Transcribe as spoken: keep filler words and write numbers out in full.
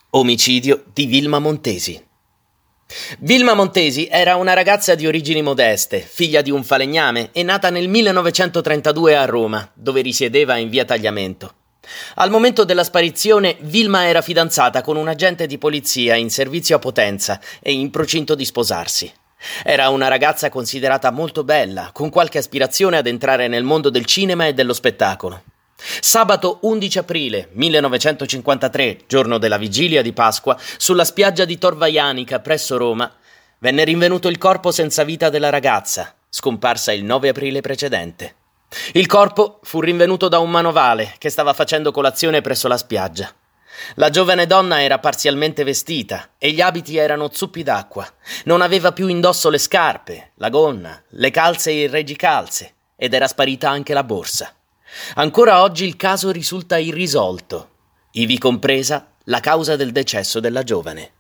Omicidio di Vilma Montesi. Vilma Montesi era una ragazza di origini modeste, figlia di un falegname e nata nel millenovecentotrentadue a Roma, dove risiedeva in via Tagliamento. Al momento della sparizione, Vilma era fidanzata con un agente di polizia in servizio a Potenza e in procinto di sposarsi. Era una ragazza considerata molto bella, con qualche aspirazione ad entrare nel mondo del cinema e dello spettacolo. Sabato undici aprile millenovecentocinquantatré, giorno della vigilia di Pasqua, sulla spiaggia di Tor Vaianica, presso Roma, venne rinvenuto il corpo senza vita della ragazza, scomparsa il nove aprile precedente. Il corpo fu rinvenuto da un manovale che stava facendo colazione presso la spiaggia. La giovane donna era parzialmente vestita e gli abiti erano zuppi d'acqua. Non aveva più indosso le scarpe, la gonna, le calze e il reggicalze ed era sparita anche la borsa. Ancora oggi il caso risulta irrisolto, ivi compresa la causa del decesso della giovane.